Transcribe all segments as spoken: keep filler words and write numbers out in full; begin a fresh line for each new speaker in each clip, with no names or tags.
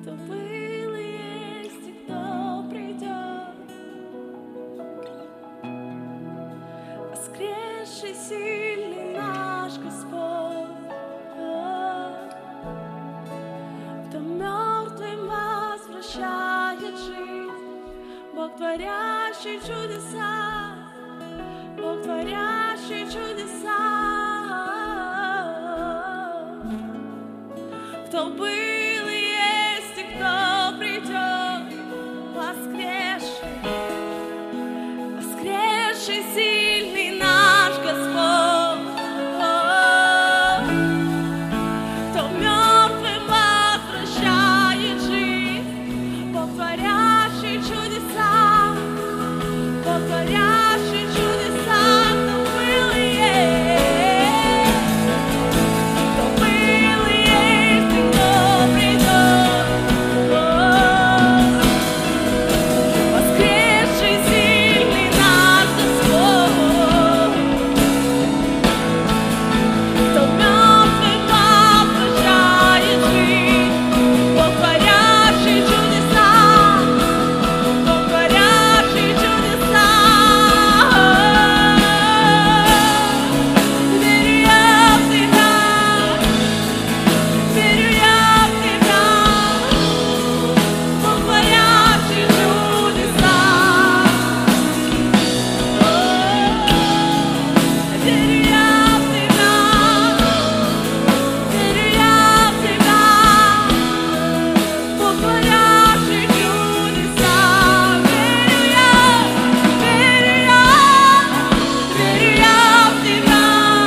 кто был и есть, и кто придет. Воскресший, сильный наш Господь, кто мертвым возвращает жизнь, Бог, творящий чудеса, Бог, творящий чудеса. Кто был и есть, и кто придет, воскресший, воскресший, сильный наш Господь, кто мертвым возвращает жизнь, Бог, творящий чудеса, Бог, творящий чудеса. Кто был и есть, кто был и есть, и кто придет, воскресший, сильный наш Господь, кто мертвым возвращает жизнь, Бог, творящий чудеса, Бог, творящий чудеса. Верю я в Тебя, верю я в Тебя, Бог, творящий чудеса. Верю я в Тебя, верю я в Тебя, Бог, творящий чудеса. Верю я, верю я, верю я в Тебя,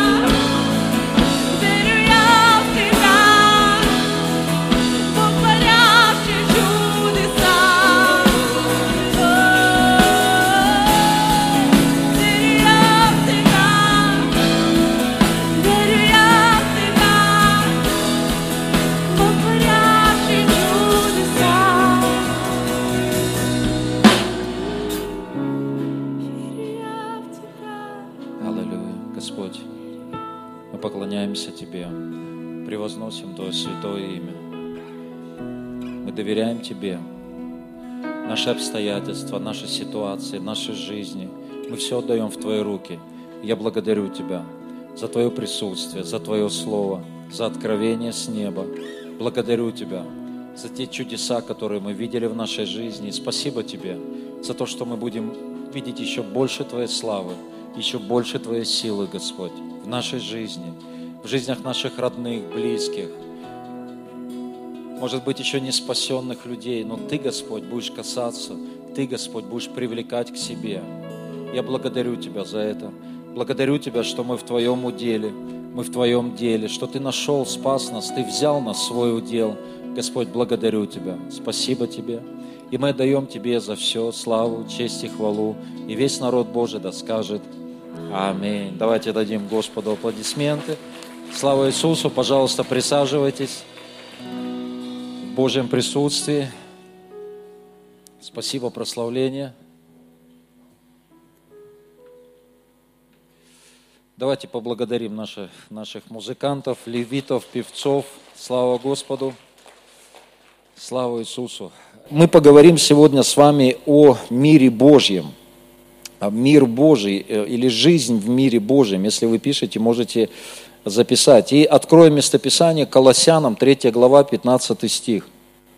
верю я в Тебя, Бог, творящий чудеса. Верю я в Тебя, верю я в Тебя, Бог, творящий чудеса. Верю я в Тебя.
Аллилуйя. Господь, мы поклоняемся Тебе, превозносим Твое святое имя. Мы доверяем Тебе. Наши обстоятельства, наши ситуации, наши жизни, мы все отдаем в Твои руки. Я благодарю Тебя за Твое присутствие, за Твое Слово, за откровение с неба. Благодарю Тебя за те чудеса, которые мы видели в нашей жизни. И спасибо Тебе за то, что мы будем видеть еще больше Твоей славы, еще больше Твоей силы, Господь, в нашей жизни, в жизнях наших родных, близких, может быть, еще не спасенных людей, но Ты, Господь, будешь касаться, Ты, Господь, будешь привлекать к себе. Я благодарю Тебя за это. Благодарю Тебя, что мы в Твоем уделе, мы в Твоем деле, что Ты нашел, спас нас, Ты взял нас в свой удел. Господь, благодарю Тебя. Спасибо Тебе. И мы отдаем Тебе за все славу, честь и хвалу. И весь народ Божий да скажет аминь. Давайте дадим Господу аплодисменты. Слава Иисусу. Пожалуйста, присаживайтесь в Божьем присутствии. Спасибо, прославление. Давайте поблагодарим наших, наших музыкантов, левитов, певцов. Слава Господу. Слава Иисусу. Мы поговорим сегодня с вами о мире Божьем. Мир Божий или жизнь в мире Божьем. Если вы пишете, можете записать. И откроем местописание Колоссянам, третья глава, пятнадцатый стих.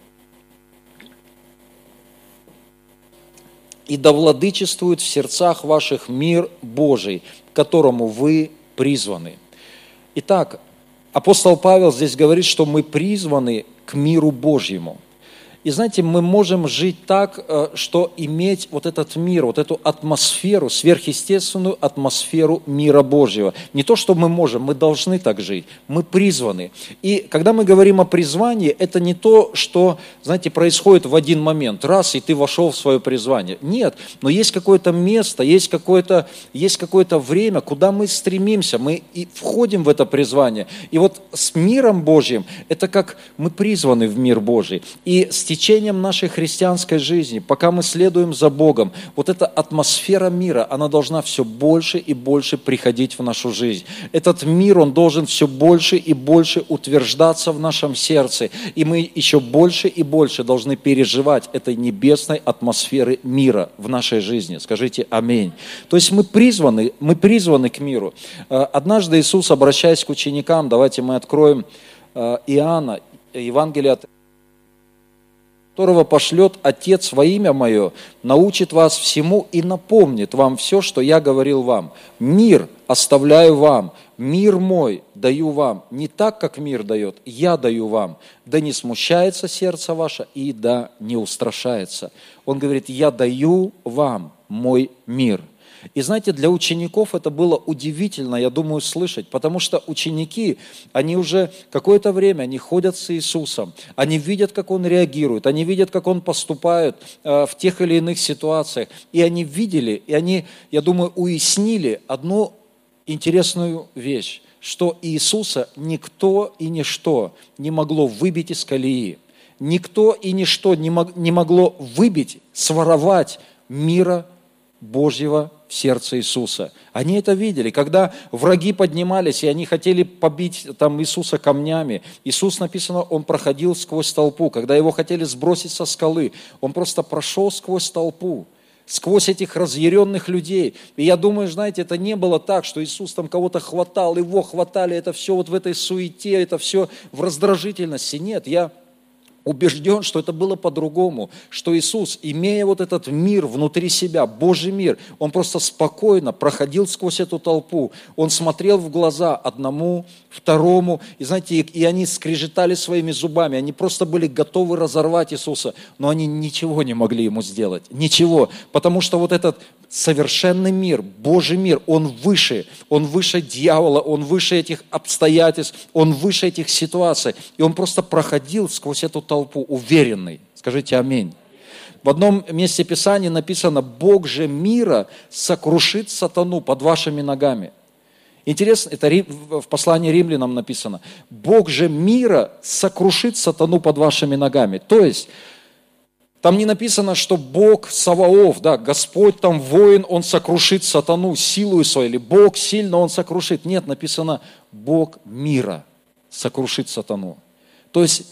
«И да владычествует в сердцах ваших мир Божий, к которому вы призваны». Итак, апостол Павел здесь говорит, что мы призваны к миру Божьему. И знаете, мы можем жить так, что иметь вот этот мир, вот эту атмосферу, сверхъестественную атмосферу мира Божьего. Не то, что мы можем, мы должны так жить, мы призваны. И когда мы говорим о призвании, это не то, что, знаете, происходит в один момент, раз, и ты вошел в свое призвание. Нет, но есть какое-то место, есть какое-то, есть какое-то время, куда мы стремимся, мы и входим в это призвание. И вот с миром Божьим, это как мы призваны в мир Божий. И с течением нашей христианской жизни, пока мы следуем за Богом, вот эта атмосфера мира, она должна все больше и больше приходить в нашу жизнь. Этот мир, он должен все больше и больше утверждаться в нашем сердце. И мы еще больше и больше должны переживать этой небесной атмосферы мира в нашей жизни. Скажите аминь. То есть мы призваны, мы призваны к миру. Однажды Иисус, обращаясь к ученикам, давайте мы откроем Иоанна, Евангелие от которого пошлет Отец во имя Мое, научит вас всему и напомнит вам все, что я говорил вам. Мир оставляю вам, мир мой даю вам, не так, как мир дает, я даю вам. Да не смущается сердце ваше и да не устрашается. Он говорит, я даю вам мой мир. И знаете, для учеников это было удивительно, я думаю, слышать, потому что ученики, они уже какое-то время, они ходят с Иисусом, они видят, как Он реагирует, они видят, как Он поступает в тех или иных ситуациях, и они видели, и они, я думаю, уяснили одну интересную вещь, что Иисуса никто и ничто не могло выбить из колеи, никто и ничто не могло выбить, своровать мира Божьего в сердце Иисуса. Они это видели. Когда враги поднимались, и они хотели побить там Иисуса камнями, Иисус, написано, Он проходил сквозь толпу. Когда Его хотели сбросить со скалы, Он просто прошел сквозь толпу, сквозь этих разъяренных людей. И я думаю, знаете, это не было так, что Иисус там кого-то хватал, Его хватали, это все вот в этой суете, это все в раздражительности. Нет, я убежден, что это было по-другому, что Иисус, имея вот этот мир внутри себя, Божий мир, Он просто спокойно проходил сквозь эту толпу, Он смотрел в глаза одному, второму, и знаете, и они скрежетали своими зубами, они просто были готовы разорвать Иисуса, но они ничего не могли Ему сделать, ничего, потому что вот этот совершенный мир, Божий мир, он выше, он выше дьявола, он выше этих обстоятельств, он выше этих ситуаций. И он просто проходил сквозь эту толпу уверенный. Скажите аминь. В одном месте Писания написано, Бог же мира сокрушит сатану под вашими ногами. Интересно, это в послании римлянам написано. Бог же мира сокрушит сатану под вашими ногами. То есть, там не написано, что Бог Саваоф, да, Господь там воин, Он сокрушит сатану силою своей, или Бог сильно, Он сокрушит. Нет, написано, Бог мира сокрушит сатану. То есть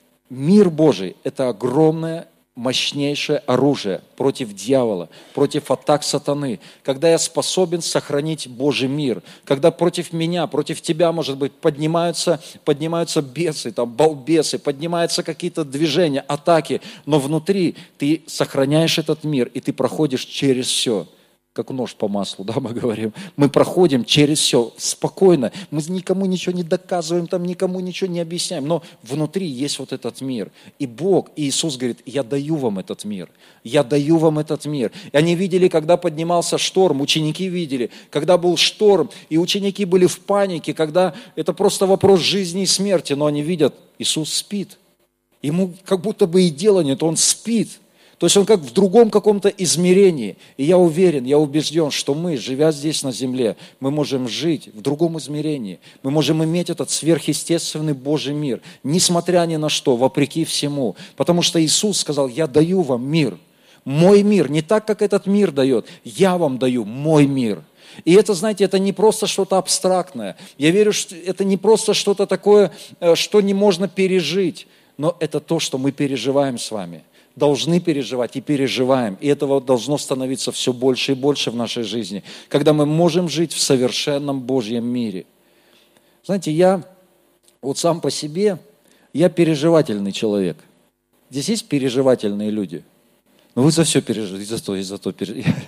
мир Божий – это огромное, мощнейшее оружие против дьявола, против атак сатаны. Когда я способен сохранить Божий мир, когда против меня, против тебя, может быть, поднимаются, поднимаются бесы, там, балбесы, поднимаются какие-то движения, атаки, но внутри ты сохраняешь этот мир, и ты проходишь через все. Как нож по маслу, да, мы говорим. Мы проходим через все спокойно. Мы никому ничего не доказываем, там никому ничего не объясняем. Но внутри есть вот этот мир. И Бог, и Иисус говорит, я даю вам этот мир. Я даю вам этот мир. И они видели, когда поднимался шторм, ученики видели, когда был шторм, и ученики были в панике, когда это просто вопрос жизни и смерти, но они видят, Иисус спит. Ему как будто бы и дела нет, Он спит. То есть Он как в другом каком-то измерении. И я уверен, я убежден, что мы, живя здесь на земле, мы можем жить в другом измерении. Мы можем иметь этот сверхъестественный Божий мир, несмотря ни на что, вопреки всему. Потому что Иисус сказал, я даю вам мир. Мой мир, не так, как этот мир дает. Я вам даю мой мир. И это, знаете, это не просто что-то абстрактное. Я верю, что это не просто что-то такое, что не можно пережить. Но это то, что мы переживаем с вами. Должны переживать и переживаем. И этого должно становиться все больше и больше в нашей жизни, когда мы можем жить в совершенном Божьем мире. Знаете, я вот сам по себе, я переживательный человек. Здесь есть переживательные люди? Но вы за все переживаете, и за то, и за то переживаете.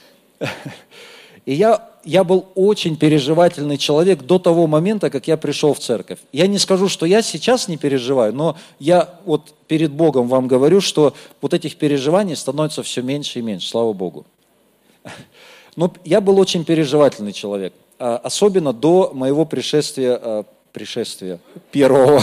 И я, я был очень переживательный человек до того момента, как я пришел в церковь. Я не скажу, что я сейчас не переживаю, но я вот перед Богом вам говорю, что вот этих переживаний становится все меньше и меньше, слава Богу. Но я был очень переживательный человек, особенно до моего пришествия, пришествия первого,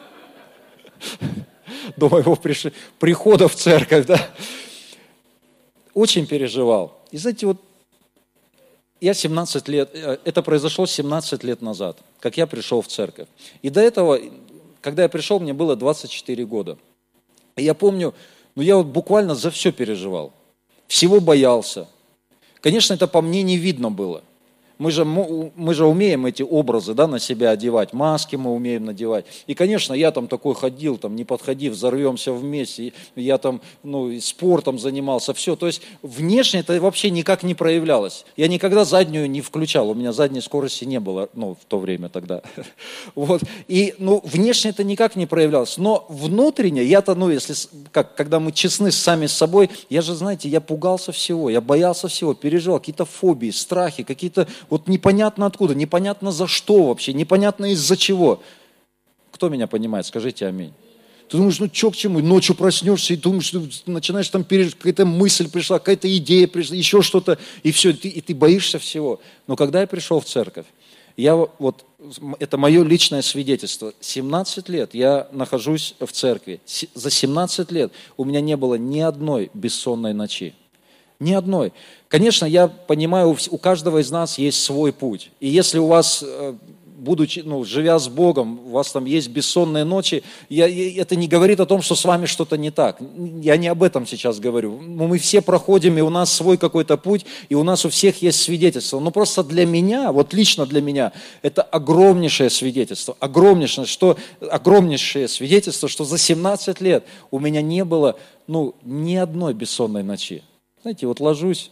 до моего прихода в церковь, да. Очень переживал. И знаете, вот я семнадцать лет, это произошло семнадцать лет назад, как я пришел в церковь. И до этого, когда я пришел, мне было двадцать четыре года. И я помню, ну я вот буквально за все переживал. Всего боялся. Конечно, это по мне не видно было. Мы же, мы же умеем эти образы, да, на себя одевать, маски мы умеем надевать. И, конечно, я там такой ходил, там, не подходи, взорвемся вместе. Я там, ну, и спортом занимался, все. То есть внешне это вообще никак не проявлялось. Я никогда заднюю не включал, у меня задней скорости не было, ну, в то время тогда. Вот. И, ну, внешне это никак не проявлялось. Но внутренне, я-то, ну, если, как, когда мы честны сами с собой, я же, знаете, я пугался всего, я боялся всего, переживал какие-то фобии, страхи, какие-то... Вот непонятно откуда, непонятно за что вообще, непонятно из-за чего. Кто меня понимает, скажите аминь. Ты думаешь, ну что к чему? Ночью проснешься и думаешь, что начинаешь там переживать, какая-то мысль пришла, какая-то идея пришла, еще что-то, и все, и ты, и ты боишься всего. Но когда я пришел в церковь, я вот, это мое личное свидетельство, семнадцать лет я нахожусь в церкви, за семнадцать лет у меня не было ни одной бессонной ночи. Ни одной. Конечно, я понимаю, у каждого из нас есть свой путь. И если у вас, будучи, ну, живя с Богом, у вас там есть бессонные ночи, я, это не говорит о том, что с вами что-то не так. Я не об этом сейчас говорю. Мы все проходим, и у нас свой какой-то путь, и у нас у всех есть свидетельство. Но просто для меня, вот лично для меня, это огромнейшее свидетельство. Огромнейшее, что, огромнейшее свидетельство, что за семнадцать лет у меня не было, ну, ни одной бессонной ночи. Знаете, вот ложусь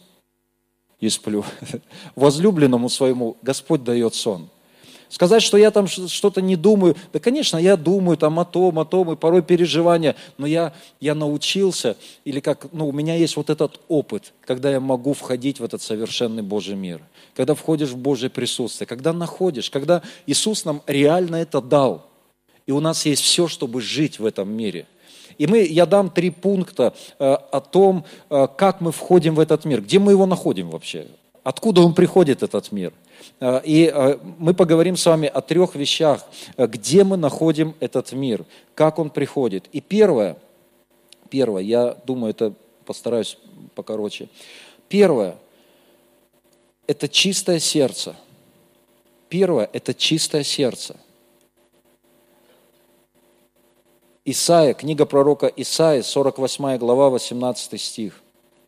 и сплю. Возлюбленному своему Господь дает сон. Сказать, что я там что-то не думаю, да, конечно, я думаю там о том, о том, и порой переживания, но я, я научился, или как, ну, у меня есть вот этот опыт, когда я могу входить в этот совершенный Божий мир, когда входишь в Божье присутствие, когда находишь, когда Иисус нам реально это дал, и у нас есть все, чтобы жить в этом мире. И мы, я дам три пункта э, о том, э, как мы входим в этот мир, где мы его находим вообще, откуда он приходит, этот мир. Э, и э, мы поговорим с вами о трех вещах, э, где мы находим этот мир, как он приходит. И первое, первое, я думаю, это постараюсь покороче. Первое, это чистое сердце. Первое, это чистое сердце. Исайя, книга пророка Исаии, сорок восьмая глава, восемнадцатый стих.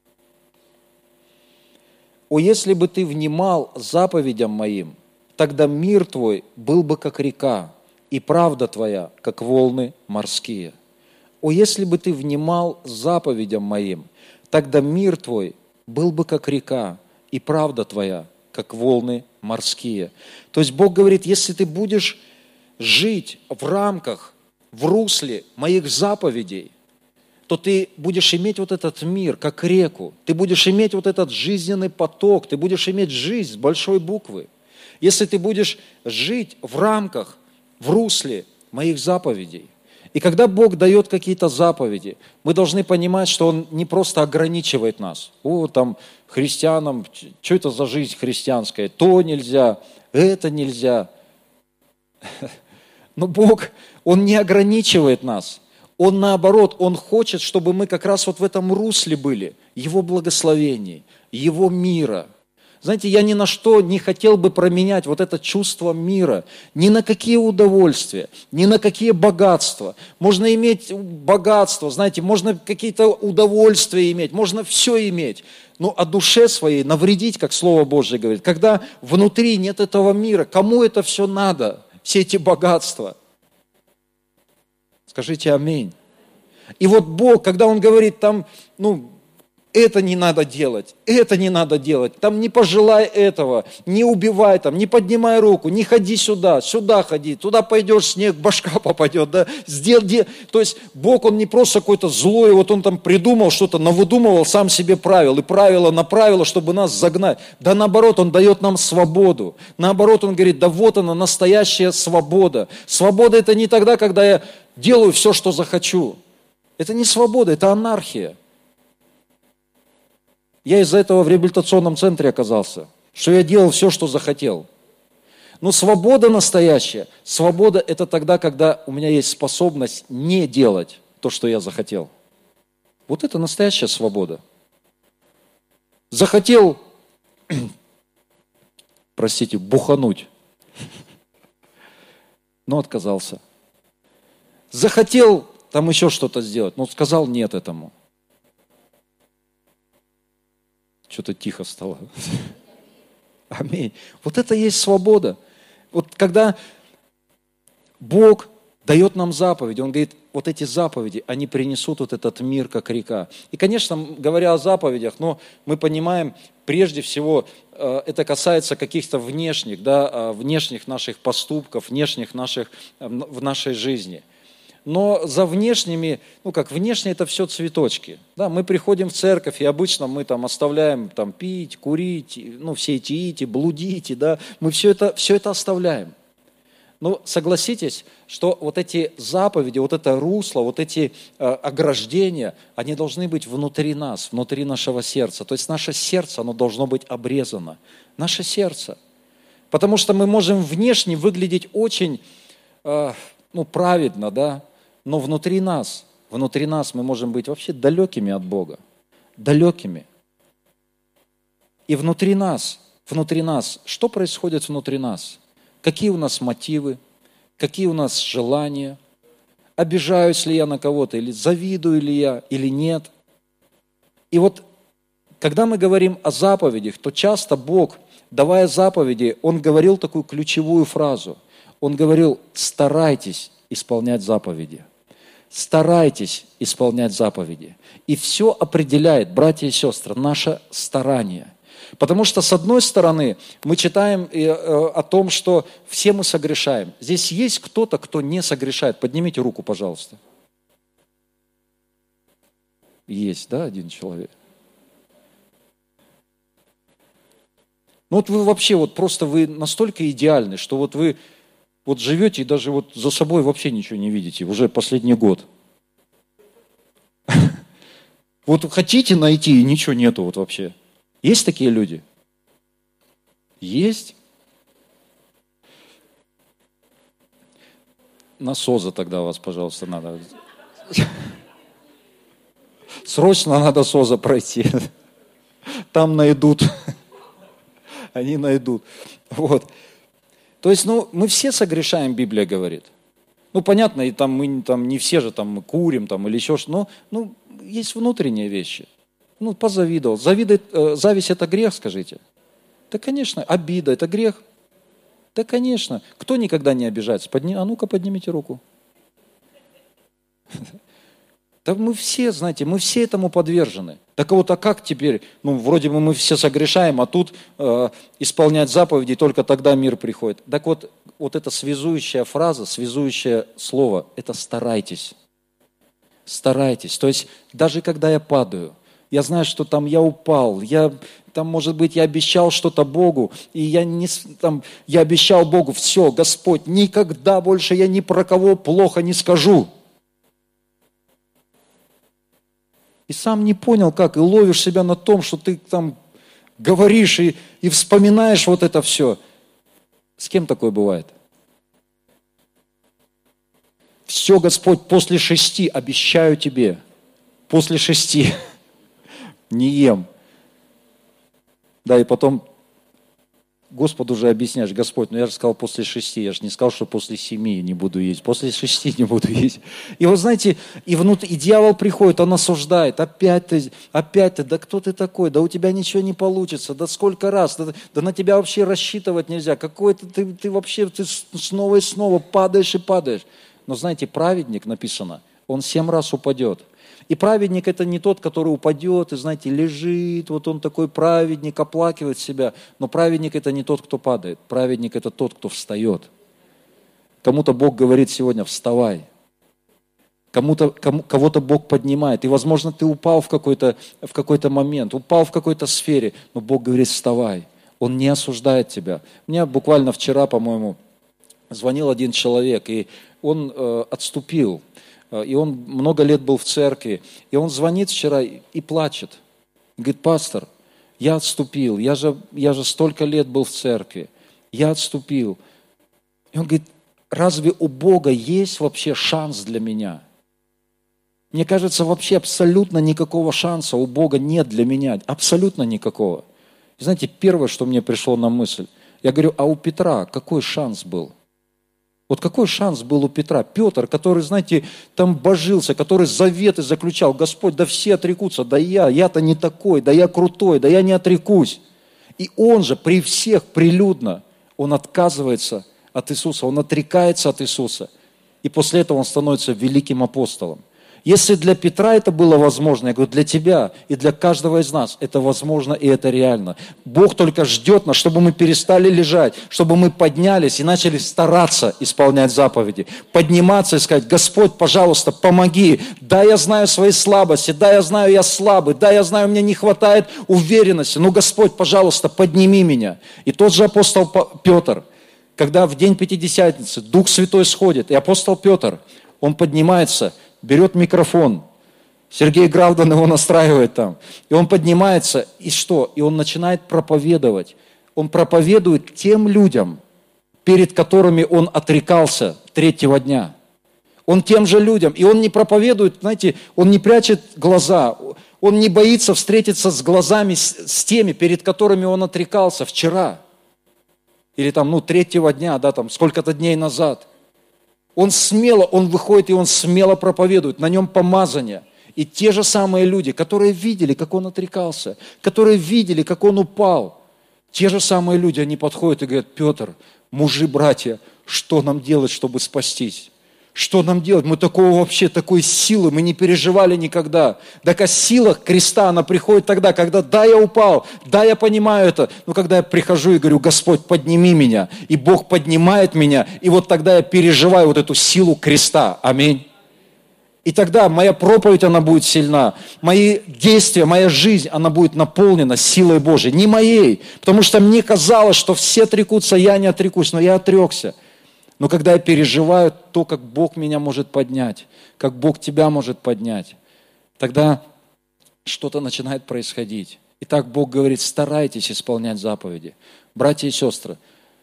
«О, если бы ты внимал заповедям моим, тогда мир твой был бы как река, и правда твоя, как волны морские. О, если бы ты внимал заповедям моим, тогда мир твой был бы как река, и правда твоя, как волны морские». То есть Бог говорит, если ты будешь жить в рамках, в русле моих заповедей, то ты будешь иметь вот этот мир, как реку. Ты будешь иметь вот этот жизненный поток, ты будешь иметь жизнь с большой буквы. Если ты будешь жить в рамках, в русле моих заповедей. И когда Бог дает какие-то заповеди, мы должны понимать, что Он не просто ограничивает нас. О, там, христианам, что это за жизнь христианская? То нельзя, это нельзя. Но Бог, Он не ограничивает нас. Он наоборот, Он хочет, чтобы мы как раз вот в этом русле были, Его благословений, Его мира. Знаете, я ни на что не хотел бы променять вот это чувство мира, ни на какие удовольствия, ни на какие богатства. Можно иметь богатство, знаете, можно какие-то удовольствия иметь, можно все иметь, но о душе своей навредить, как Слово Божье говорит, когда внутри нет этого мира, кому это все надо? Все эти богатства. Скажите аминь. И вот Бог, когда Он говорит, там, ну, это не надо делать, это не надо делать, там не пожелай этого, не убивай там, не поднимай руку, не ходи сюда, сюда ходи, туда пойдешь, снег, башка попадет, да, сделай, де... То есть Бог, Он не просто какой-то злой, вот Он там придумал что-то, навыдумывал сам себе правил, и правила на правила, чтобы нас загнать. Да наоборот, Он дает нам свободу, наоборот, Он говорит, да вот она, настоящая свобода. Свобода это не тогда, когда я делаю все, что захочу. Это не свобода, это анархия. Я из-за этого в реабилитационном центре оказался, что я делал все, что захотел. Но свобода настоящая, свобода это тогда, когда у меня есть способность не делать то, что я захотел. Вот это настоящая свобода. Захотел, простите, бухануть, но отказался. Захотел там еще что-то сделать. Но сказал нет этому. Что-то тихо стало. Аминь. Вот это и есть свобода. Вот когда Бог дает нам заповеди, Он говорит, вот эти заповеди, они принесут вот этот мир, как река. И, конечно, говоря о заповедях, но мы понимаем, прежде всего, это касается каких-то внешних, да, внешних наших поступков, внешних наших, в нашей жизни. Но за внешними, ну как, внешне это все цветочки. Да, мы приходим в церковь, и обычно мы там оставляем там, пить, курить, ну все эти ити, блудите, да, мы все это, все это оставляем. Но согласитесь, что вот эти заповеди, вот это русло, вот эти э, ограждения, они должны быть внутри нас, внутри нашего сердца. То есть наше сердце, оно должно быть обрезано. Наше сердце. Потому что мы можем внешне выглядеть очень э, ну, праведно, да, но внутри нас, внутри нас мы можем быть вообще далекими от Бога. Далекими. И внутри нас, внутри нас, что происходит внутри нас? Какие у нас мотивы, какие у нас желания, обижаюсь ли я на кого-то, или завидую ли я, или нет. И вот, когда мы говорим о заповедях, то часто Бог, давая заповеди, Он говорил такую ключевую фразу. Он говорил, старайтесь исполнять заповеди. Старайтесь исполнять заповеди. И все определяет, братья и сестры, наше старание. Потому что, с одной стороны, мы читаем о том, что все мы согрешаем. Здесь есть кто-то, кто не согрешает. Поднимите руку, пожалуйста. Есть, да, один человек? Ну вот вы вообще, вот просто вы настолько идеальны, что вот вы вот живете и даже вот за собой вообще ничего не видите, уже последний год. Вот хотите найти, и ничего нету вот вообще. Есть такие люди? Есть? На СОЗа тогда вас, пожалуйста, надо. Срочно надо СОЗа пройти. Там найдут. Они найдут. Вот. То есть, ну, мы все согрешаем, Библия говорит. Ну, понятно, и там мы там, не все же там мы курим там, или еще что-то, но ну, есть внутренние вещи. Ну, позавидовал. Завидовать, э, зависть – это грех, скажите? Да, конечно. Обида – это грех? Да, конечно. Кто никогда не обижается? Подни... А ну-ка, поднимите руку. Да мы все, знаете, мы все этому подвержены. Так вот, а как теперь? Ну, вроде бы мы все согрешаем, а тут э, исполнять заповеди, только тогда мир приходит. Так вот, вот эта связующая фраза, связующее слово – это «старайтесь». Старайтесь. То есть, даже когда я падаю, я знаю, что там я упал, я, там, может быть, я обещал что-то Богу, и я, не, там, я обещал Богу, все, Господь, никогда больше я ни про кого плохо не скажу. И сам не понял, как, и ловишь себя на том, что ты там говоришь и, и вспоминаешь вот это все. С кем такое бывает? Все, Господь, после шести, обещаю тебе, после шести не ем. Да, и потом Господу уже объясняешь, Господь, ну я же сказал после шести, я же не сказал, что после семи не буду есть, после шести не буду есть. И вот знаете, и внутри, и дьявол приходит, он осуждает, опять ты, опять ты, да кто ты такой, да у тебя ничего не получится, да сколько раз, да, да на тебя вообще рассчитывать нельзя, какой ты, ты, ты вообще, ты снова и снова падаешь и падаешь. Но знаете, праведник, написано, он семь раз упадет. И праведник это не тот, который упадет и, знаете, лежит, вот он такой праведник, оплакивает себя. Но праведник это не тот, кто падает. Праведник это тот, кто встает. Кому-то Бог говорит сегодня, вставай. Кому-то, кому, кого-то Бог поднимает. И, возможно, ты упал в какой-то, в какой-то момент, упал в какой-то сфере, но Бог говорит, вставай. Он не осуждает тебя. Мне буквально вчера, по-моему, звонил один человек, и он э, отступил. И он много лет был в церкви. И он звонит вчера и плачет. Говорит, пастор, я отступил. Я же, я же столько лет был в церкви. Я отступил. И он говорит, разве у Бога есть вообще шанс для меня? Мне кажется, вообще абсолютно никакого шанса у Бога нет для меня. Абсолютно никакого. И знаете, первое, что мне пришло на мысль. Я говорю, а у Петра какой шанс был? Вот какой шанс был у Петра? Петр, который, знаете, там божился, который заветы заключал. Господь, да все отрекутся, да я, я-то не такой, да я крутой, да я не отрекусь. И он же при всех прилюдно, он отказывается от Иисуса, он отрекается от Иисуса. И после этого он становится великим апостолом. Если для Петра это было возможно, я говорю, для тебя и для каждого из нас это возможно и это реально. Бог только ждет нас, чтобы мы перестали лежать, чтобы мы поднялись и начали стараться исполнять заповеди. Подниматься и сказать, Господь, пожалуйста, помоги. Да, я знаю свои слабости, да, я знаю, я слабый, да, я знаю, мне не хватает уверенности. Но, Господь, пожалуйста, подними меня. И тот же апостол Петр, когда в день Пятидесятницы Дух Святой сходит, и апостол Петр, он поднимается, берет микрофон, Сергей Гравдан его настраивает там, и он поднимается, и что? И он начинает проповедовать. Он проповедует тем людям, перед которыми он отрекался третьего дня. Он тем же людям, и он не проповедует, знаете, он не прячет глаза, он не боится встретиться с глазами с, с теми, перед которыми он отрекался вчера. Или там, ну, третьего дня, да, там, сколько-то дней назад. Он смело, он выходит и он смело проповедует, на нем помазание. И те же самые люди, которые видели, как он отрекался, которые видели, как он упал, те же самые люди, они подходят и говорят, Петр, мужи, братья, что нам делать, чтобы спастись? Что нам делать? Мы такого вообще, такой силы мы не переживали никогда. Такая сила креста, она приходит тогда, когда да, я упал, да, я понимаю это, но когда я прихожу и говорю, Господь, подними меня, и Бог поднимает меня, и вот тогда я переживаю вот эту силу креста. Аминь. И тогда моя проповедь, она будет сильна, мои действия, моя жизнь, она будет наполнена силой Божией, не моей, потому что мне казалось, что все отрекутся, я не отрекусь, но я отрекся. Но когда я переживаю то, как Бог меня может поднять, как Бог тебя может поднять, тогда что-то начинает происходить. Итак, Бог говорит, старайтесь исполнять заповеди. Братья и сестры,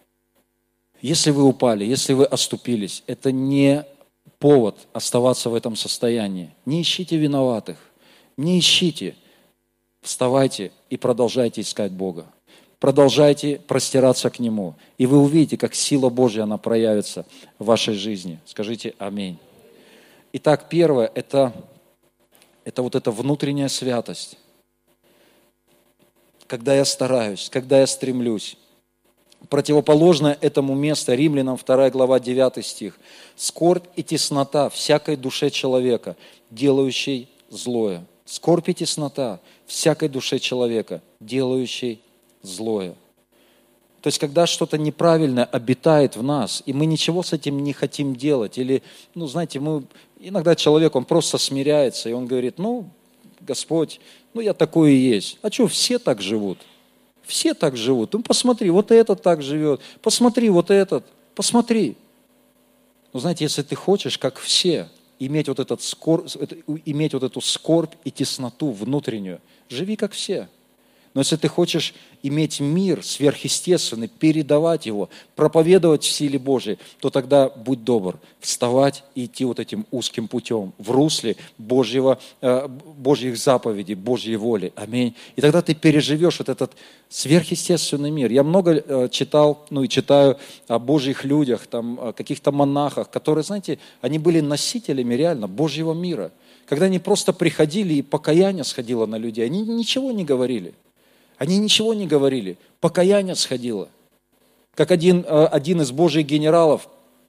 если вы упали, если вы оступились, это не повод оставаться в этом состоянии. Не ищите виноватых, не ищите. Вставайте и продолжайте искать Бога. Продолжайте простираться к Нему. И вы увидите, как сила Божья, она проявится в вашей жизни. Скажите аминь. Итак, первое, это, это вот эта внутренняя святость. Когда я стараюсь, когда я стремлюсь. Противоположное этому место, Римлянам вторая глава, девятый стих. Скорбь и теснота всякой душе человека, делающей злое. Скорбь и теснота всякой душе человека, делающей злое. То есть, когда что-то неправильное обитает в нас, и мы ничего с этим не хотим делать, или, ну, знаете, мы, иногда человек, он просто смиряется, и он говорит, ну, Господь, ну, я такой и есть. А что, все так живут? Все так живут. Ну, посмотри, вот этот так живет, посмотри, вот этот, посмотри. Ну, знаете, если ты хочешь, как все, иметь вот, этот скорбь, иметь вот эту скорбь и тесноту внутреннюю, живи как все. Но если ты хочешь иметь мир сверхъестественный, передавать его, проповедовать в силе Божией, то тогда будь добр, вставать и идти вот этим узким путем, в русле Божьего, э, Божьих заповедей, Божьей воли. Аминь. И тогда ты переживешь вот этот сверхъестественный мир. Я много э, читал, ну и читаю о Божьих людях, там, о каких-то монахах, которые, знаете, они были носителями реально Божьего мира. Когда они просто приходили, и покаяние сходило на людей, они ничего не говорили. Они ничего не говорили, покаяние сходило. Как один, один из Божьих генералов,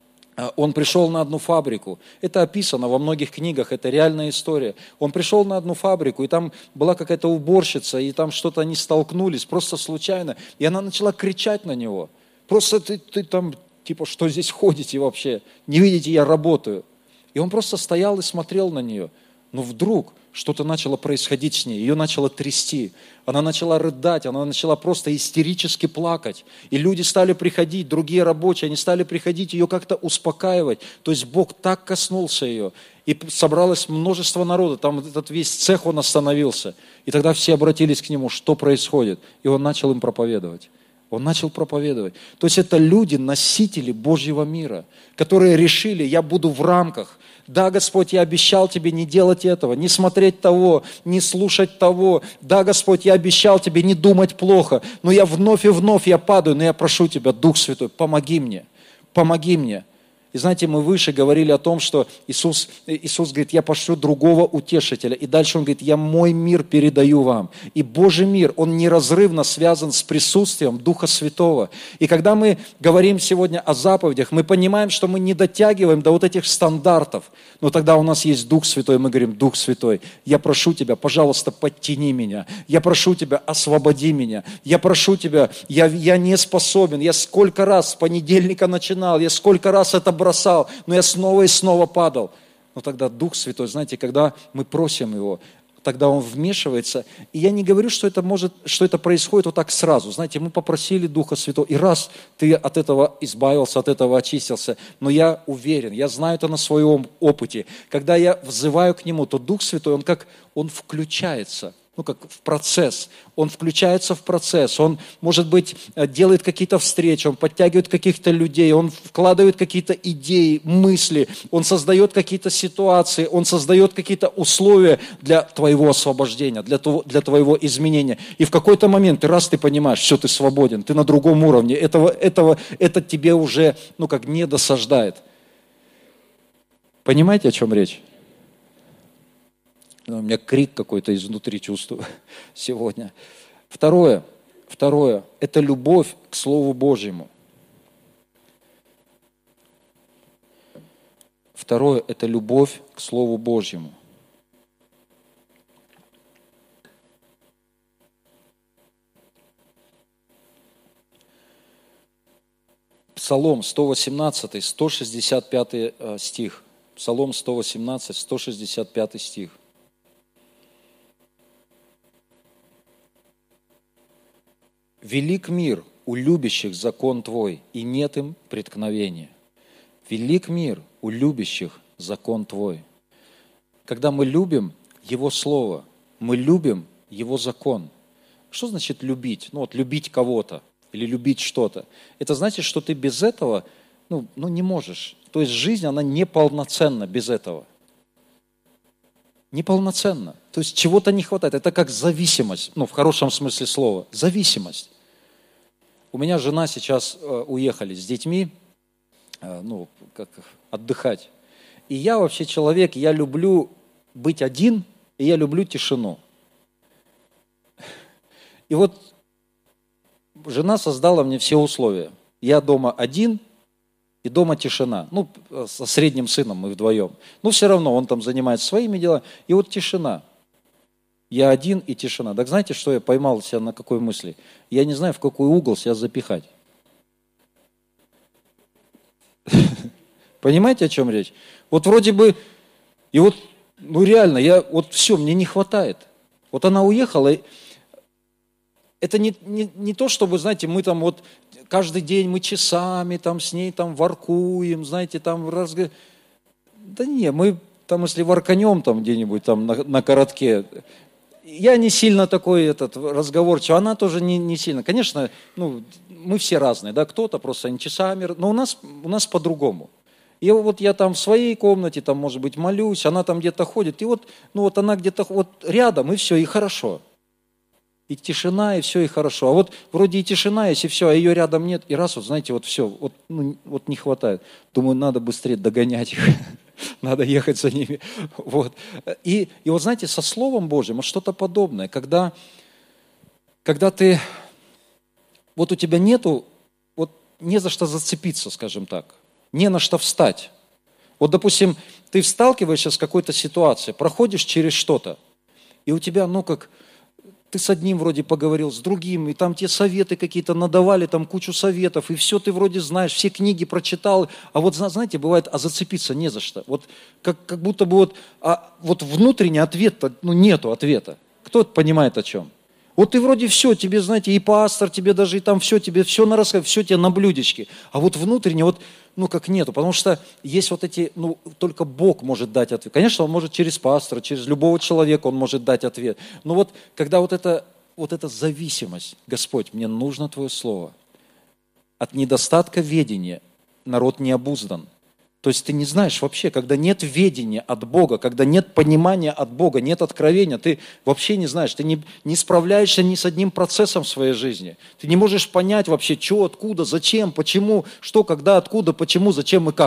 он пришел на одну фабрику. Это описано во многих книгах, это реальная история. Он пришел на одну фабрику, и там была какая-то уборщица, и там что-то они столкнулись, просто случайно. И она начала кричать на него. Просто ты, ты там, типа, что здесь ходите вообще? Не видите, я работаю. И он просто стоял и смотрел на нее. Но вдруг что-то начало происходить с ней, ее начало трясти, она начала рыдать, она начала просто истерически плакать. И люди стали приходить, другие рабочие, они стали приходить ее как-то успокаивать. То есть Бог так коснулся ее, и собралось множество народа, там этот весь цех, он остановился. И тогда все обратились к нему, что происходит, и он начал им проповедовать. Он начал проповедовать. То есть это люди, носители Божьего мира, которые решили, я буду в рамках. Да, Господь, я обещал тебе не делать этого, не смотреть того, не слушать того. Да, Господь, я обещал тебе не думать плохо, но я вновь и вновь я падаю, но я прошу тебя, Дух Святой, помоги мне, помоги мне. И знаете, мы выше говорили о том, что Иисус, Иисус говорит, я пошлю другого утешителя. И дальше Он говорит, я мой мир передаю вам. И Божий мир, он неразрывно связан с присутствием Духа Святого. И когда мы говорим сегодня о заповедях, мы понимаем, что мы не дотягиваем до вот этих стандартов. Но тогда у нас есть Дух Святой, мы говорим, Дух Святой, я прошу Тебя, пожалуйста, подтяни меня. Я прошу Тебя, освободи меня. Я прошу Тебя, я, я не способен. Я сколько раз с понедельника начинал, я сколько раз это бросал, но я снова и снова падал. Но тогда Дух Святой, знаете, когда мы просим Его, тогда Он вмешивается. И я не говорю, что это, может, что это происходит вот так сразу. Знаете, мы попросили Духа Святого, и раз ты от этого избавился, от этого очистился, но я уверен, я знаю это на своем опыте. Когда я взываю к Нему, то Дух Святой, Он как, Он включается. Ну, как в процесс. Он включается в процесс. Он, может быть, делает какие-то встречи, он подтягивает каких-то людей, он вкладывает какие-то идеи, мысли, он создает какие-то ситуации, он создает какие-то условия для твоего освобождения, для, того, для твоего изменения. И в какой-то момент ты раз ты понимаешь, все, ты свободен, ты на другом уровне. Этого, этого, это тебе уже, ну, как не досаждает. Понимаете, о чем речь? У меня крик какой-то изнутри чувствую сегодня. Второе, второе, это любовь к Слову Божьему. Второе, это любовь к Слову Божьему. Псалом сто восемнадцать, сто шестьдесят пятый стих. Псалом сто восемнадцать, сто шестьдесят пятый стих. Велик мир у любящих закон Твой, и нет им преткновения. Велик мир у любящих закон Твой. Когда мы любим Его Слово, мы любим Его закон. Что значит любить? Ну вот любить кого-то или любить что-то. Это значит, что ты без этого ну, ну, не можешь. То есть жизнь, она неполноценна без этого. Неполноценна. То есть чего-то не хватает. Это как зависимость, ну в хорошем смысле слова. Зависимость. У меня жена сейчас э, уехали с детьми, э, ну, как отдыхать. И я вообще человек, я люблю быть один, и я люблю тишину. И вот жена создала мне все условия. Я дома один, и дома тишина. Ну, со средним сыном мы вдвоем. Но все равно он там занимается своими делами. И вот тишина. Я один и тишина. Так знаете, что я поймал себя на какой мысли? Я не знаю, в какой угол себя запихать. Понимаете, о чем речь? Вот вроде бы, и вот, ну реально, я, вот все, мне не хватает. Вот она уехала, и это не, не, не то, чтобы, знаете, мы там вот каждый день мы часами там с ней там воркуем, знаете, там разговариваем. Да не, мы там, если ворканем там где-нибудь там на, на коротке, я не сильно такой этот разговорчивый, она тоже не, не сильно. Конечно, ну, мы все разные, да, кто-то просто не часами, но у нас, у нас по-другому. И вот я там в своей комнате, там, может быть, молюсь, она там где-то ходит, и вот, ну, вот она где-то вот рядом, и все, и хорошо. И тишина, и все, и хорошо. А вот вроде и тишина, если все, а ее рядом нет, и раз, вот знаете, вот все, вот, ну, вот не хватает. Думаю, надо быстрее догонять их, надо ехать за ними. Вот. И, и вот знаете, со Словом Божьим, вот что-то подобное, когда, когда ты, вот у тебя нету, вот не за что зацепиться, скажем так, не на что встать. Вот, допустим, ты сталкиваешься с какой-то ситуацией, проходишь через что-то, и у тебя, ну, как... Ты с одним вроде поговорил, с другим, и там те советы какие-то надавали, там кучу советов, и все ты вроде знаешь, все книги прочитал, а вот, знаете, бывает, а зацепиться не за что. Вот как, как будто бы вот, а, вот внутренний ответ, ну нету ответа. Кто понимает о чем? Вот ты вроде все, тебе, знаете, и пастор, тебе даже и там все, тебе все на рассказ, все тебе на блюдечке, а вот внутренне вот, ну как нету, потому что есть вот эти, ну только Бог может дать ответ. Конечно, Он может через пастора, через любого человека Он может дать ответ, но вот когда вот это, вот эта зависимость, Господь, мне нужно Твое Слово, от недостатка ведения народ не обуздан. То есть ты не знаешь вообще, когда нет ведения от Бога, когда нет понимания от Бога, нет откровения, ты вообще не знаешь, ты не, не справляешься ни с одним процессом в своей жизни. Ты не можешь понять вообще, что, откуда, зачем, почему, что, когда, откуда, почему, зачем и как.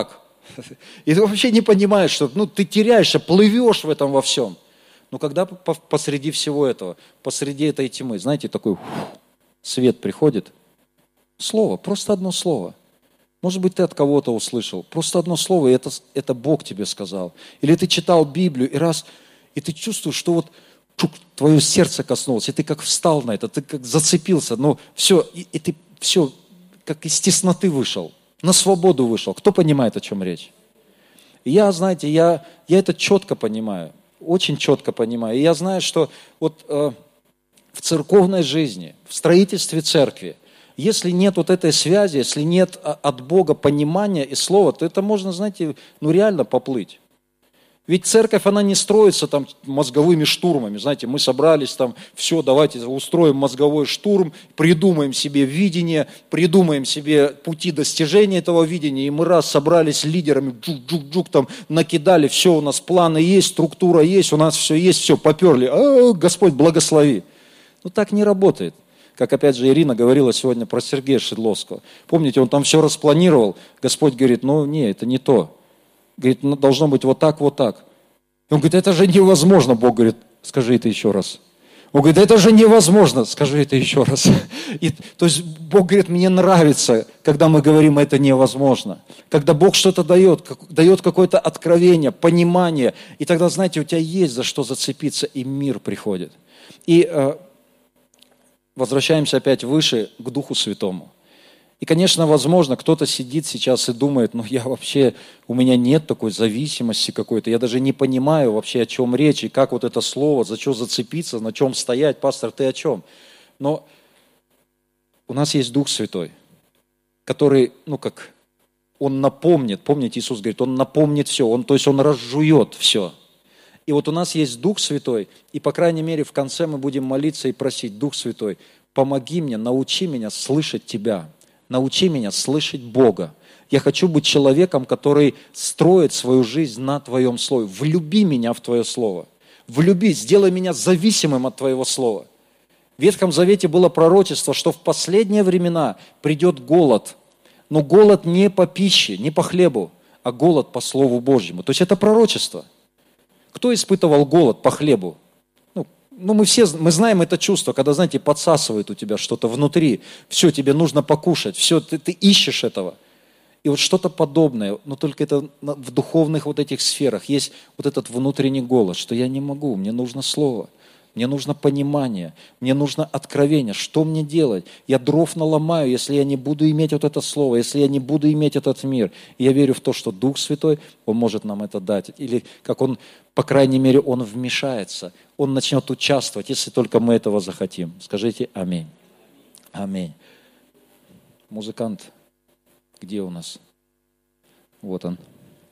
И ты вообще не понимаешь, что ну, ты теряешься, плывешь в этом во всем. Но когда посреди всего этого, посреди этой тьмы, знаете, такой свет приходит, слово, просто одно слово. Может быть, ты от кого-то услышал, просто одно слово, и это, это Бог тебе сказал. Или ты читал Библию, и раз, и ты чувствуешь, что вот чук, твое сердце коснулось, и ты как встал на это, ты как зацепился, ну все, и, и ты все, как из тесноты вышел, на свободу вышел. Кто понимает, о чем речь? И я, знаете, я, я это четко понимаю. Очень четко понимаю. И я знаю, что вот э, в церковной жизни, в строительстве церкви, если нет вот этой связи, если нет от Бога понимания и слова, то это можно, знаете, ну реально поплыть. Ведь церковь, она не строится там мозговыми штурмами. Знаете, мы собрались там, все, давайте устроим мозговой штурм, придумаем себе видение, придумаем себе пути достижения этого видения, и мы раз собрались лидерами, джук-джук-джук, там накидали, все, у нас планы есть, структура есть, у нас все есть, все, поперли, а, Господь благослови. Ну так не работает. Как опять же Ирина говорила сегодня про Сергея Шедловского. Помните, он там все распланировал, Господь говорит, ну не, это не то. Говорит, ну, должно быть вот так, вот так. И он говорит, это же невозможно. Бог говорит, скажи это еще раз. Он говорит, это же невозможно. Скажи это еще раз. И, то есть Бог говорит, мне нравится, когда мы говорим, это невозможно. Когда Бог что-то дает, как, дает какое-то откровение, понимание. И тогда, знаете, у тебя есть за что зацепиться, и мир приходит. И э, возвращаемся опять выше к Духу Святому. И, конечно, возможно, кто-то сидит сейчас и думает, ну я вообще, у меня нет такой зависимости какой-то, я даже не понимаю вообще, о чем речь, и как вот это слово, за что зацепиться, на чем стоять, пастор, ты о чем? Но у нас есть Дух Святой, который, ну как, Он напомнит, помните, Иисус говорит, Он напомнит все, он, то есть Он разжует все. И вот у нас есть Дух Святой, и, по крайней мере, в конце мы будем молиться и просить, Дух Святой, помоги мне, научи меня слышать Тебя. Научи меня слышать Бога. Я хочу быть человеком, который строит свою жизнь на Твоем Слове. Влюби меня в Твое Слово. Влюби, сделай меня зависимым от Твоего Слова. В Ветхом Завете было пророчество, что в последние времена придет голод. Но голод не по пище, не по хлебу, а голод по Слову Божьему. То есть это пророчество. Кто испытывал голод по хлебу? Ну, мы все, мы знаем это чувство, когда, знаете, подсасывает у тебя что-то внутри. Все, тебе нужно покушать, все, ты, ты ищешь этого. И вот что-то подобное, но только это в духовных вот этих сферах есть вот этот внутренний голос, что я не могу, мне нужно слово, мне нужно понимание, мне нужно откровение, что мне делать? Я дров наломаю, если я не буду иметь вот это слово, если я не буду иметь этот мир. И я верю в то, что Дух Святой, Он может нам это дать. Или как Он, по крайней мере, Он вмешается, Он начнет участвовать, если только мы этого захотим. Скажите аминь. Аминь. Музыкант, где у нас? Вот он.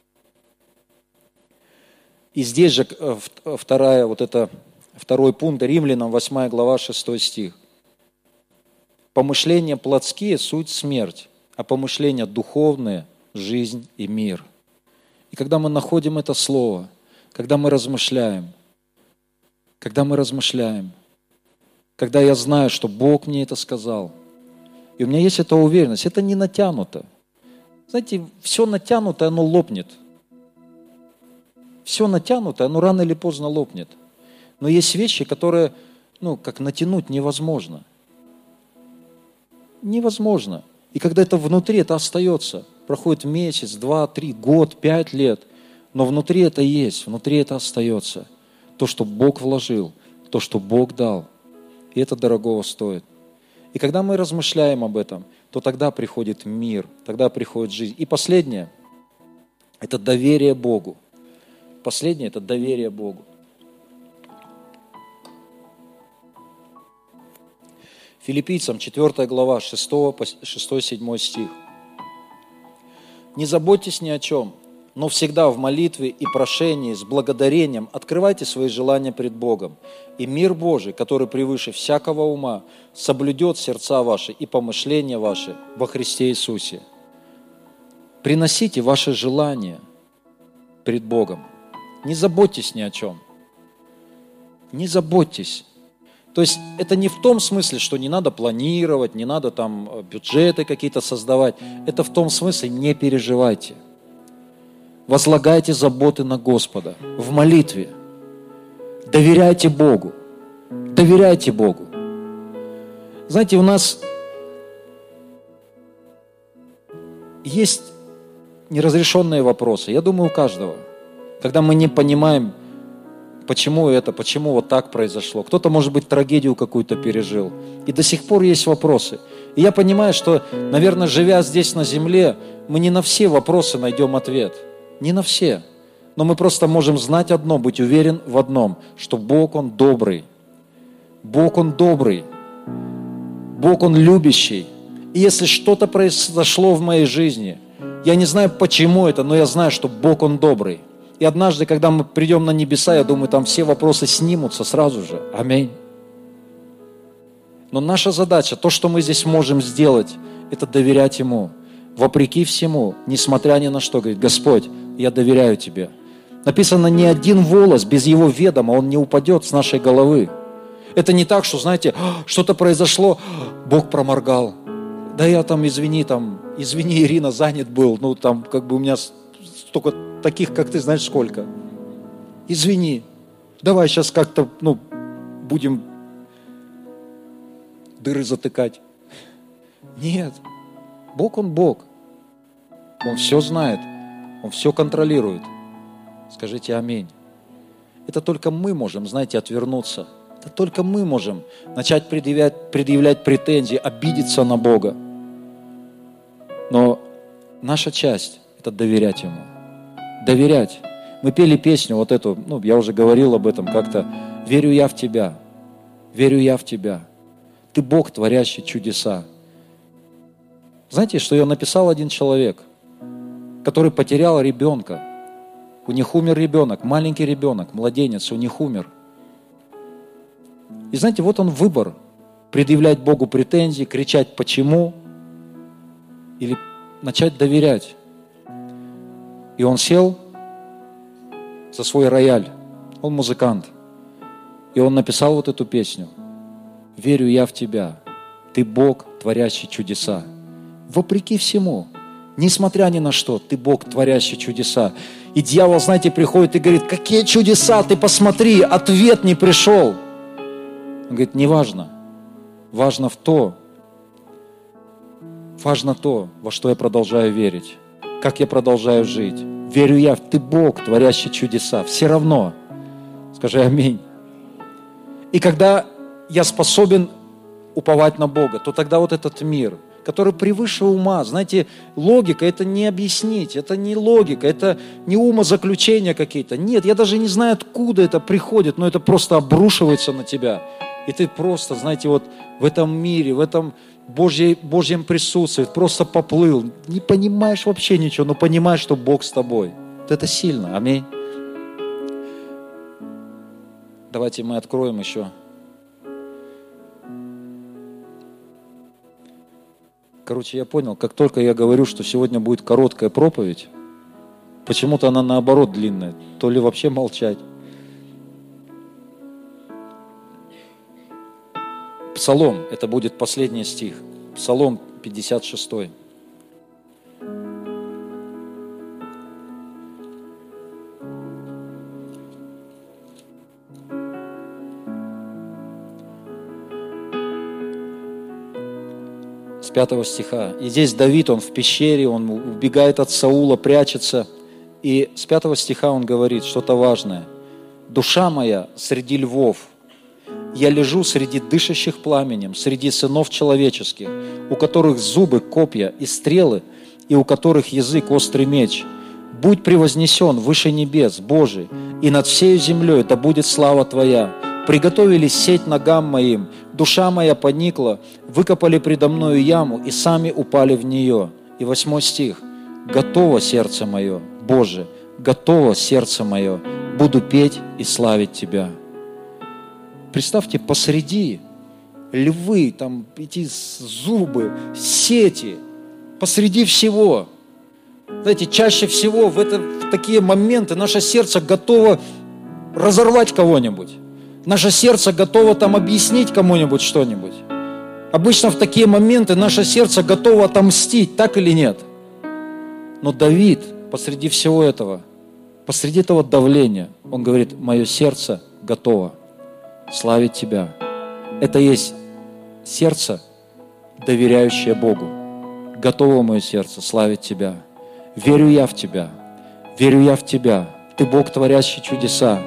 И здесь же вторая вот эта... Второй пункт, Римлянам, восьмая глава, шестой стих. Помышления плотские – суть смерть, а помышления духовные – жизнь и мир. И когда мы находим это слово, когда мы размышляем, когда мы размышляем, когда я знаю, что Бог мне это сказал, и у меня есть эта уверенность, это не натянуто. Знаете, все натянутое, оно лопнет. Все натянутое, оно рано или поздно лопнет. Но есть вещи, которые, ну, как натянуть невозможно. Невозможно. И когда это внутри, это остается. Проходит месяц, два, три, год, пять лет. Но внутри это есть, внутри это остается. То, что Бог вложил, то, что Бог дал. И это дорогого стоит. И когда мы размышляем об этом, то тогда приходит мир, тогда приходит жизнь. И последнее – это доверие Богу. Последнее – это доверие Богу. Филиппийцам четвёртая глава, шестой-седьмой стих. «Не заботьтесь ни о чем, но всегда в молитве и прошении с благодарением открывайте свои желания пред Богом, и мир Божий, который превыше всякого ума, соблюдет сердца ваши и помышления ваши во Христе Иисусе». Приносите ваши желания пред Богом. Не заботьтесь ни о чем. Не заботьтесь. То есть это не в том смысле, что не надо планировать, не надо там бюджеты какие-то создавать. Это в том смысле, не переживайте. возлагайте заботы на Господа в молитве. Доверяйте Богу. Доверяйте Богу. Знаете, у нас есть неразрешенные вопросы. Я думаю, у каждого. Когда мы не понимаем, почему это, почему вот так произошло. Кто-то, может быть, трагедию какую-то пережил. И до сих пор есть вопросы. И я понимаю, что, наверное, живя здесь на земле, мы не на все вопросы найдем ответ. Не на все. Но мы просто можем знать одно, быть уверен в одном, что Бог, Он добрый. Бог, Он добрый. Бог, Он любящий. И если что-то произошло в моей жизни, я не знаю, почему это, но я знаю, что Бог, Он добрый. И однажды, когда мы придем на небеса, я думаю, там все вопросы снимутся сразу же. Аминь. Но наша задача, то, что мы здесь можем сделать, это доверять Ему. Вопреки всему, несмотря ни на что, говорит: Господь, я доверяю Тебе. Написано, ни один волос без Его ведома, он не упадет с нашей головы. Это не так, что, знаете, что-то произошло, Бог проморгал. Да я там, извини, там, извини, Ирина, занят был. Ну, там, как бы у меня столько таких, как ты, знаешь, сколько. Извини. Давай сейчас как-то, ну, будем дыры затыкать. Нет. Бог, Он Бог. Он все знает. Он все контролирует. Скажите аминь. Это только мы можем, знаете, отвернуться. Это только мы можем начать предъявлять, предъявлять претензии, обидеться на Бога. Но наша часть – это доверять Ему. Доверять. Мы пели песню вот эту, ну, я уже говорил об этом как-то. «Верю я в Тебя, верю я в Тебя. Ты Бог, творящий чудеса». Знаете, что ее написал один человек, который потерял ребенка. У них умер ребенок, маленький ребенок, младенец, у них умер. И знаете, вот он выбор. Предъявлять Богу претензии, кричать «почему?» или начать доверять. И он сел за свой рояль. Он музыкант. И он написал вот эту песню. «Верю я в Тебя, Ты Бог, творящий чудеса». Вопреки всему, несмотря ни на что, Ты Бог, творящий чудеса. И дьявол, знаете, приходит и говорит: какие чудеса, ты посмотри, ответ не пришел. Он говорит: не важно. Важно в то, важно то, во что я продолжаю верить. Как я продолжаю жить. Верю я, Ты Бог, творящий чудеса. Все равно. Скажи аминь. И когда я способен уповать на Бога, то тогда вот этот мир, который превыше ума, знаете, логика это не объяснить, это не логика, это не умозаключения какие-то. Нет, я даже не знаю, откуда это приходит, но это просто обрушивается на тебя. И ты просто, знаете, вот в этом мире, в этом Божьей, Божьем присутствии просто поплыл. Не понимаешь вообще ничего, но понимаешь, что Бог с тобой. Вот это сильно. Аминь. Давайте мы откроем еще. Короче, я понял, как только я говорю, что сегодня будет короткая проповедь, почему-то она наоборот длинная. То ли вообще молчать. Псалом, это будет последний стих. Псалом пятьдесят шесть. С пятого стиха. И здесь Давид, он в пещере, он убегает от Саула, прячется. И с пятого стиха он говорит что-то важное. «Душа моя среди львов, я лежу среди дышащих пламенем, среди сынов человеческих, у которых зубы, копья и стрелы, и у которых язык острый меч. Будь превознесен выше небес, Божий, и над всею землей да будет слава Твоя. Приготовили сеть ногам моим, душа моя поникла, выкопали предо мною яму и сами упали в нее». И восьмой стих. «Готово сердце мое, Боже, готово сердце мое, буду петь и славить Тебя». Представьте, посреди львы, там эти зубы, сети, посреди всего. Знаете, чаще всего в, это, в такие моменты наше сердце готово разорвать кого-нибудь. Наше сердце готово там объяснить кому-нибудь что-нибудь. Обычно в такие моменты наше сердце готово отомстить, так или нет? Но Давид, посреди всего этого, посреди этого давления, Он говорит: мое сердце готово славить Тебя. Это есть сердце, доверяющее Богу. Готово мое сердце славить Тебя. Верю я в Тебя. Верю я в Тебя. Ты Бог, творящий чудеса.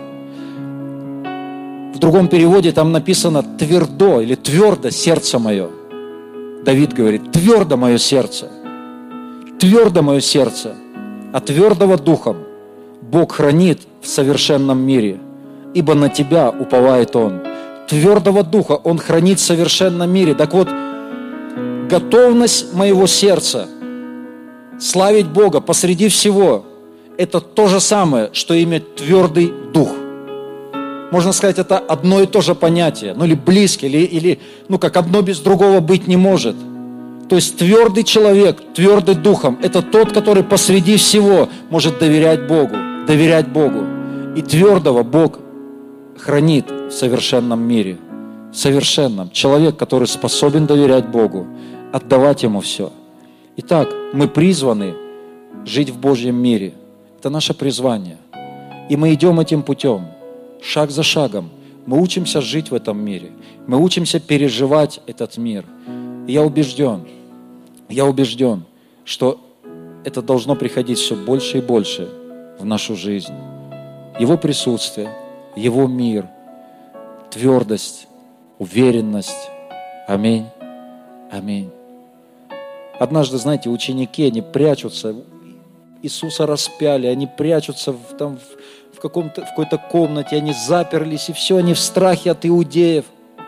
В другом переводе там написано твердо или твердо сердце мое. Давид говорит: твердо мое сердце. Твердо мое сердце. А твердого духом Бог хранит в совершенном мире, ибо на Тебя уповает Он. Твердого духа Он хранит в совершенном мире. Так вот, готовность моего сердца славить Бога посреди всего — это то же самое, что иметь твердый дух. Можно сказать, это одно и то же понятие, ну или близко, или, или ну как одно без другого быть не может. То есть твердый человек, твердый духом — это тот, который посреди всего может доверять Богу, доверять Богу. И твердого Бог хранит в совершенном мире, в совершенном. Человек, который способен доверять Богу, отдавать Ему все. Итак, мы призваны жить в Божьем мире. Это наше призвание. И мы идем этим путем, шаг за шагом. Мы учимся жить в этом мире. Мы учимся переживать этот мир. И я убежден, я убежден, что это должно приходить все больше и больше в нашу жизнь. Его присутствие, Его мир, твердость, уверенность. Аминь. Аминь. Однажды, знаете, ученики, они прячутся, Иисуса распяли, они прячутся в, там, в, в, каком-то, в какой-то комнате, они заперлись, и все, они в страхе от иудеев.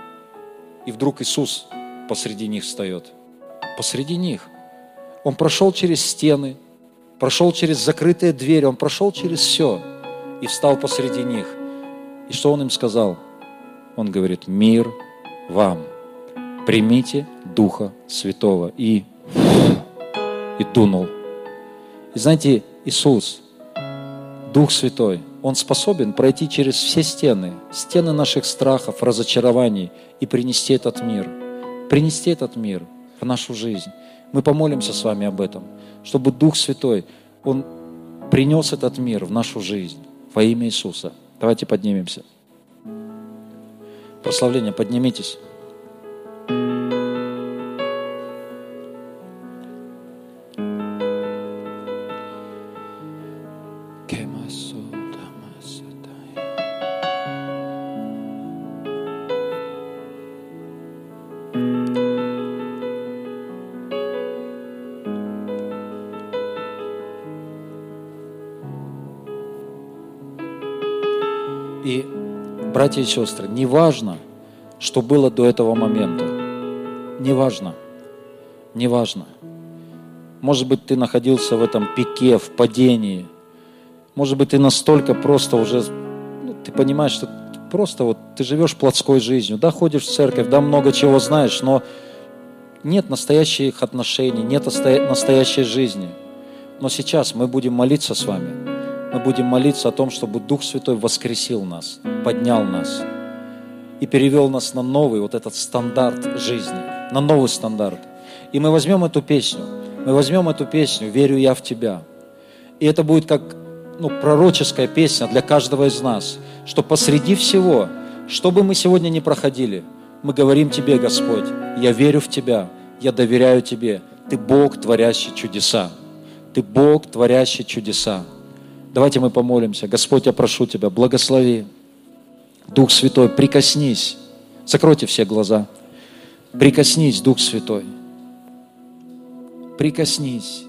И вдруг Иисус посреди них встает. Посреди них. Он прошел через стены, прошел через закрытые двери, Он прошел через все и встал посреди них. И что Он им сказал? Он говорит: мир вам, примите Духа Святого. И, и дунул. И знаете, Иисус, Дух Святой, Он способен пройти через все стены, стены наших страхов, разочарований и принести этот мир, принести этот мир в нашу жизнь. Мы помолимся с вами об этом, чтобы Дух Святой, Он принес этот мир в нашу жизнь во имя Иисуса. Давайте поднимемся. Прославление, поднимитесь. И, братья и сестры, не важно, что было до этого момента. Не важно. Не важно. Может быть, ты находился в этом пике, в падении. Может быть, ты настолько просто уже, ну, ты понимаешь, что просто вот ты живешь плотской жизнью, да, ходишь в церковь, да, много чего знаешь, но нет настоящих отношений, нет настоящей жизни. Но сейчас мы будем молиться с вами. Мы будем молиться о том, чтобы Дух Святой воскресил нас, поднял нас и перевел нас на новый вот этот стандарт жизни, на новый стандарт. И мы возьмем эту песню, мы возьмем эту песню «Верю я в Тебя». И это будет как ну, пророческая песня для каждого из нас, что посреди всего, что бы мы сегодня ни проходили, мы говорим Тебе, Господь: я верю в Тебя, я доверяю Тебе, Ты Бог, творящий чудеса. Ты Бог, творящий чудеса. Давайте мы помолимся. Господь, я прошу Тебя, благослови. Дух Святой, прикоснись. Закройте все глаза. Прикоснись, Дух Святой. Прикоснись.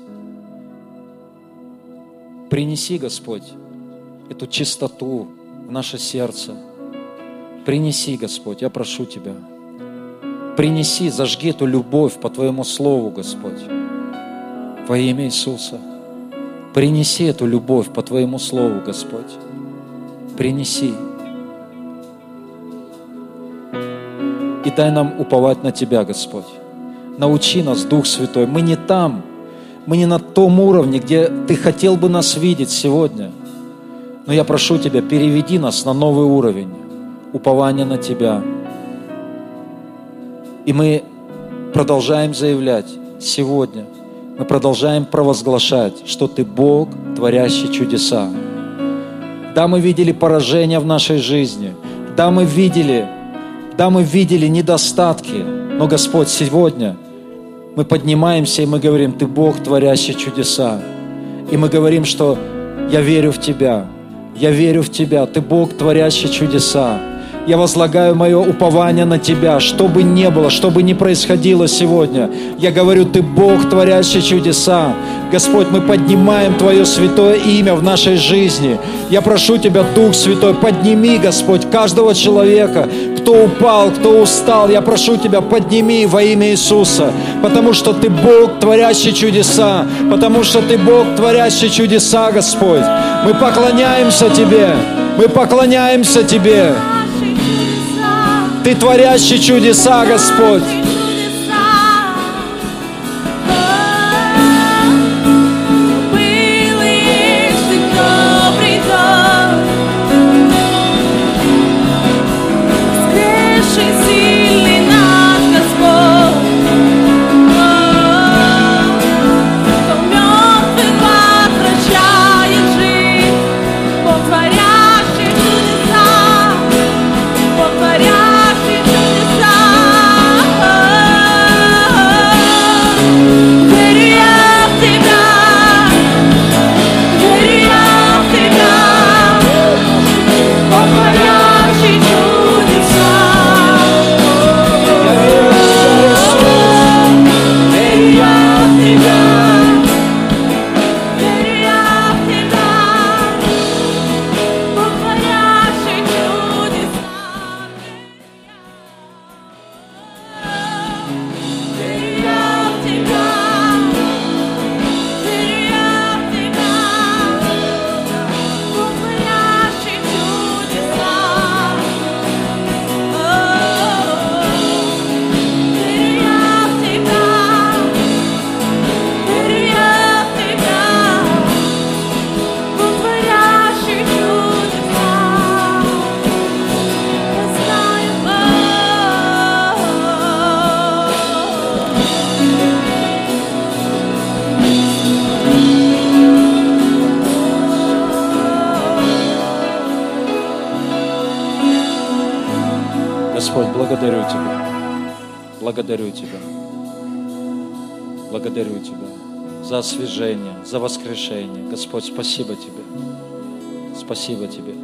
Принеси, Господь, эту чистоту в наше сердце. Принеси, Господь, я прошу Тебя. Принеси, зажги эту любовь по Твоему Слову, Господь. Во имя Иисуса. Принеси эту любовь по Твоему Слову, Господь. Принеси. И дай нам уповать на Тебя, Господь. Научи нас, Дух Святой. Мы не там, мы не на том уровне, где Ты хотел бы нас видеть сегодня. Но я прошу Тебя, переведи нас на новый уровень упования на Тебя. И мы продолжаем заявлять сегодня: Мы продолжаем провозглашать, что Ты Бог, творящий чудеса. Да, мы видели поражения в нашей жизни. Да, мы видели, да, мы видели недостатки. Но, Господь, сегодня мы поднимаемся и мы говорим, Ты Бог, творящий чудеса. И мы говорим, что я верю в Тебя. Я верю в Тебя. Ты Бог, творящий чудеса. Я возлагаю мое упование на Тебя, что бы ни было, что бы ни происходило сегодня. Я говорю, Ты Бог, творящий чудеса. Господь, мы поднимаем Твое святое имя в нашей жизни. Я прошу Тебя, Дух Святой, подними, Господь, каждого человека, кто упал, кто устал. Я прошу Тебя, подними во имя Иисуса, потому что Ты Бог, творящий чудеса, потому что Ты Бог, творящий чудеса, Господь. Мы поклоняемся Тебе, мы поклоняемся Тебе. Ты творящий чудеса, Господь. Господь, благодарю Тебя, благодарю Тебя, благодарю Тебя за освежение, за воскрешение. Господь, спасибо Тебе, спасибо Тебе.